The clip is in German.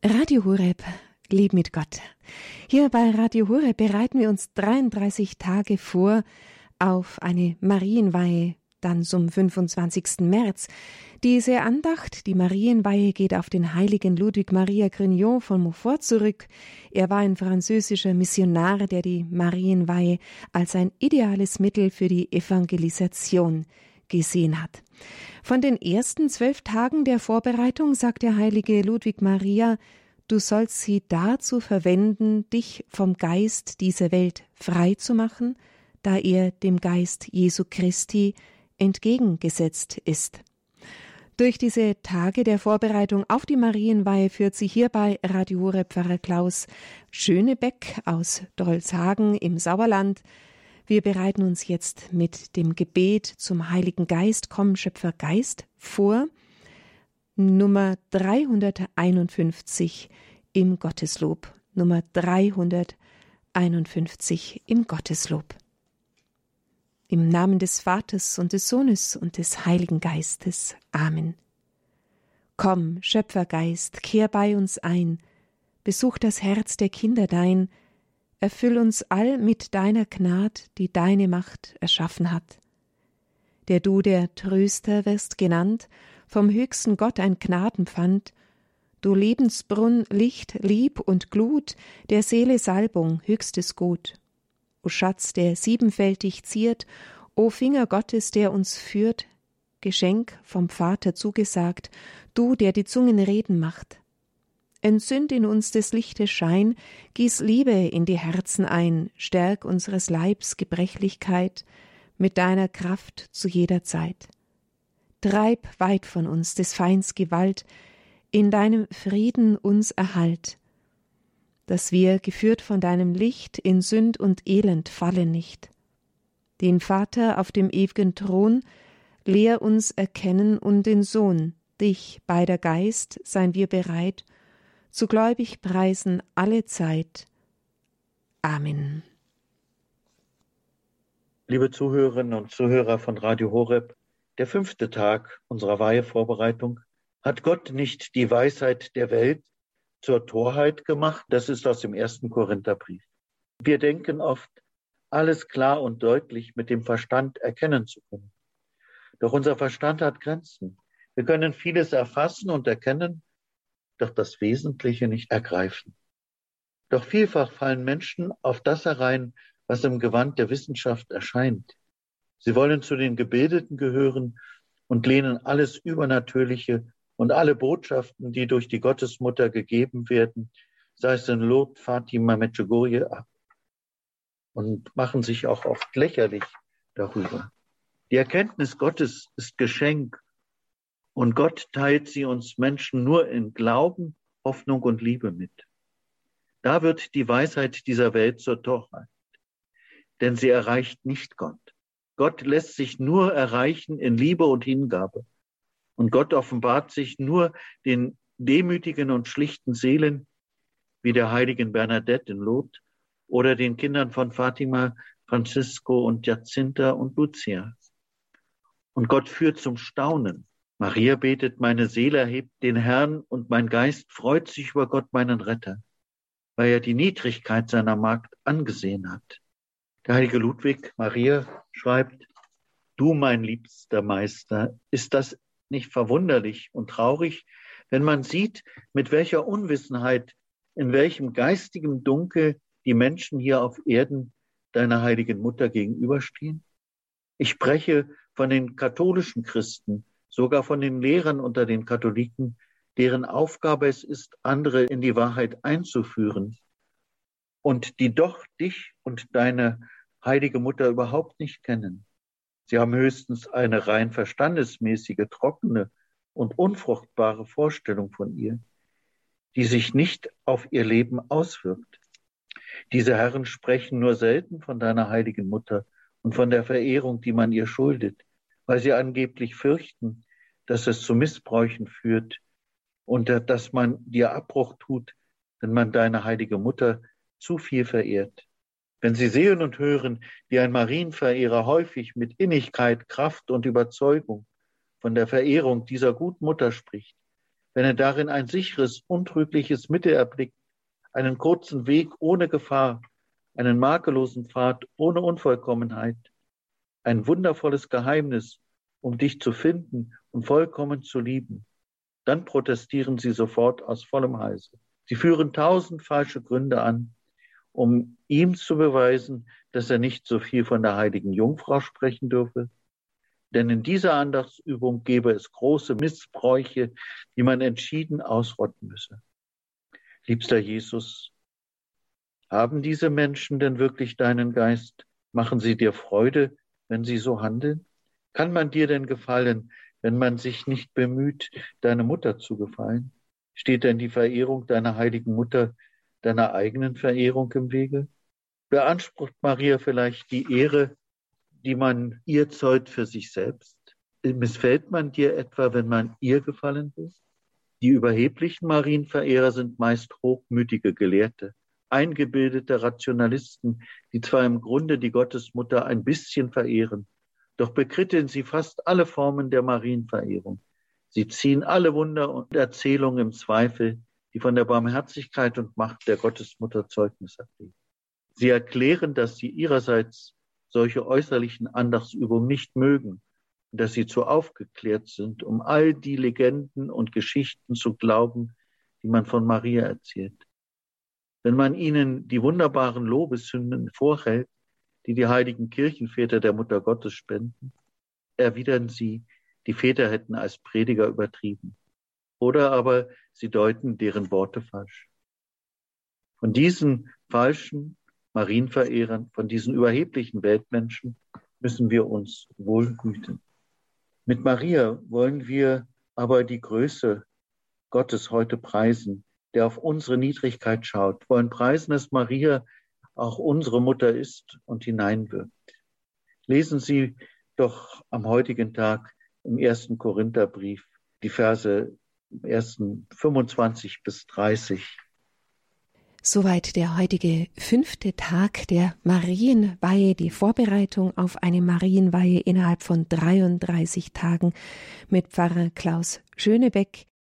Radio Horeb, Lieb mit Gott. Hier bei Radio Horeb bereiten wir uns 33 Tage vor auf eine Marienweihe, dann zum 25. März. Diese Andacht, die Marienweihe, geht auf den heiligen Ludwig Maria Grignon von Montfort zurück. Er war ein französischer Missionar, der die Marienweihe als ein ideales Mittel für die Evangelisation gesehen hat. Von den ersten 12 Tagen der Vorbereitung sagt der heilige Ludwig Maria: Du sollst sie dazu verwenden, dich vom Geist dieser Welt frei zu machen, da er dem Geist Jesu Christi entgegengesetzt ist. Durch diese Tage der Vorbereitung auf die Marienweihe führt sie hier bei Radio Horeb Pfarrer Klaus Schönebeck aus Dolzhagen im Sauerland. Wir bereiten uns jetzt mit dem Gebet zum Heiligen Geist, Komm, Schöpfer Geist, vor. Nummer 351 im Gotteslob. Nummer 351 im Gotteslob. Im Namen des Vaters und des Sohnes und des Heiligen Geistes. Amen. Komm, Schöpfergeist, kehr bei uns ein, besuch das Herz der Kinder dein, erfüll uns all mit deiner Gnad, die deine Macht erschaffen hat. Der du der Tröster wirst genannt, vom höchsten Gott ein Gnadenpfand, du Lebensbrunn, Licht, Lieb und Glut, der Seele Salbung, höchstes Gut. O Schatz, der siebenfältig ziert, o Finger Gottes, der uns führt, Geschenk vom Vater zugesagt, du, der die Zungen reden macht. Entzünd in uns des Lichtes Schein, gieß Liebe in die Herzen ein, stärk unseres Leibs Gebrechlichkeit mit deiner Kraft zu jeder Zeit. Treib weit von uns des Feinds Gewalt, in deinem Frieden uns erhalt, dass wir, geführt von deinem Licht, in Sünd und Elend fallen nicht. Den Vater auf dem ewigen Thron, lehr uns erkennen und den Sohn, dich, beider Geist, seien wir bereit, zu gläubig preisen alle Zeit. Amen. Liebe Zuhörerinnen und Zuhörer von Radio Horeb, der 5. Tag unserer Weihevorbereitung. Hat Gott nicht die Weisheit der Welt zur Torheit gemacht? Das ist aus dem 1. Korintherbrief. Wir denken oft, alles klar und deutlich mit dem Verstand erkennen zu können. Doch unser Verstand hat Grenzen. Wir können vieles erfassen und erkennen, doch das Wesentliche nicht ergreifen. Doch vielfach fallen Menschen auf das herein, was im Gewand der Wissenschaft erscheint. Sie wollen zu den Gebildeten gehören und lehnen alles Übernatürliche und alle Botschaften, die durch die Gottesmutter gegeben werden, sei es in Lourdes, Fatima, Medjugorje, ab und machen sich auch oft lächerlich darüber. Die Erkenntnis Gottes ist Geschenk und Gott teilt sie uns Menschen nur in Glauben, Hoffnung und Liebe mit. Da wird die Weisheit dieser Welt zur Torheit, denn sie erreicht nicht Gott. Gott lässt sich nur erreichen in Liebe und Hingabe. Und Gott offenbart sich nur den demütigen und schlichten Seelen, wie der heiligen Bernadette in Lourdes oder den Kindern von Fatima, Francisco und Jacinta und Lucia. Und Gott führt zum Staunen. Maria betet, meine Seele erhebt den Herrn und mein Geist freut sich über Gott, meinen Retter, weil er die Niedrigkeit seiner Magd angesehen hat. Der heilige Ludwig Maria schreibt, du, mein liebster Meister, ist das nicht verwunderlich und traurig, wenn man sieht, mit welcher Unwissenheit, in welchem geistigen Dunkel die Menschen hier auf Erden deiner heiligen Mutter gegenüberstehen? Ich spreche von den katholischen Christen, sogar von den Lehrern unter den Katholiken, deren Aufgabe es ist, andere in die Wahrheit einzuführen und die doch dich und deine heilige Mutter überhaupt nicht kennen. Sie haben höchstens eine rein verstandesmäßige, trockene und unfruchtbare Vorstellung von ihr, die sich nicht auf ihr Leben auswirkt. Diese Herren sprechen nur selten von deiner heiligen Mutter und von der Verehrung, die man ihr schuldet, weil sie angeblich fürchten, dass es zu Missbräuchen führt und dass man dir Abbruch tut, wenn man deine heilige Mutter zu viel verehrt. Wenn sie sehen und hören, wie ein Marienverehrer häufig mit Innigkeit, Kraft und Überzeugung von der Verehrung dieser guten Mutter spricht, wenn er darin ein sicheres, untrügliches Mittel erblickt, einen kurzen Weg ohne Gefahr, einen makellosen Pfad ohne Unvollkommenheit, ein wundervolles Geheimnis, um dich zu finden und vollkommen zu lieben, dann protestieren sie sofort aus vollem Halse. Sie führen 1000 falsche Gründe an, um ihm zu beweisen, dass er nicht so viel von der heiligen Jungfrau sprechen dürfe. Denn in dieser Andachtsübung gäbe es große Missbräuche, die man entschieden ausrotten müsse. Liebster Jesus, haben diese Menschen denn wirklich deinen Geist? Machen sie dir Freude, wenn sie so handeln? Kann man dir denn gefallen, wenn man sich nicht bemüht, deiner Mutter zu gefallen? Steht denn die Verehrung deiner heiligen Mutter deiner eigenen Verehrung im Wege? Beansprucht Maria vielleicht die Ehre, die man ihr zollt, für sich selbst? Missfällt man dir etwa, wenn man ihr gefallen will? Die überheblichen Marienverehrer sind meist hochmütige Gelehrte, eingebildete Rationalisten, die zwar im Grunde die Gottesmutter ein bisschen verehren, doch bekritteln sie fast alle Formen der Marienverehrung. Sie ziehen alle Wunder und Erzählungen im Zweifel, die von der Barmherzigkeit und Macht der Gottesmutter Zeugnis ablegen. Sie erklären, dass sie ihrerseits solche äußerlichen Andachtsübungen nicht mögen und dass sie zu aufgeklärt sind, um all die Legenden und Geschichten zu glauben, die man von Maria erzählt. Wenn man ihnen die wunderbaren Lobeshymnen vorhält, die die heiligen Kirchenväter der Mutter Gottes spenden, erwidern sie, die Väter hätten als Prediger übertrieben. Oder aber sie deuten deren Worte falsch. Von diesen falschen Marienverehrern, von diesen überheblichen Weltmenschen müssen wir uns wohl hüten. Mit Maria wollen wir aber die Größe Gottes heute preisen, der auf unsere Niedrigkeit schaut, wollen preisen, dass Maria auch unsere Mutter ist und hineinwirkt. Lesen Sie doch am heutigen Tag im 1. Korintherbrief die Verse 25 bis 30. Soweit der heutige 5. Tag der Marienweihe, die Vorbereitung auf eine Marienweihe innerhalb von 33 Tagen mit Pfarrer Klaus Schönebeck.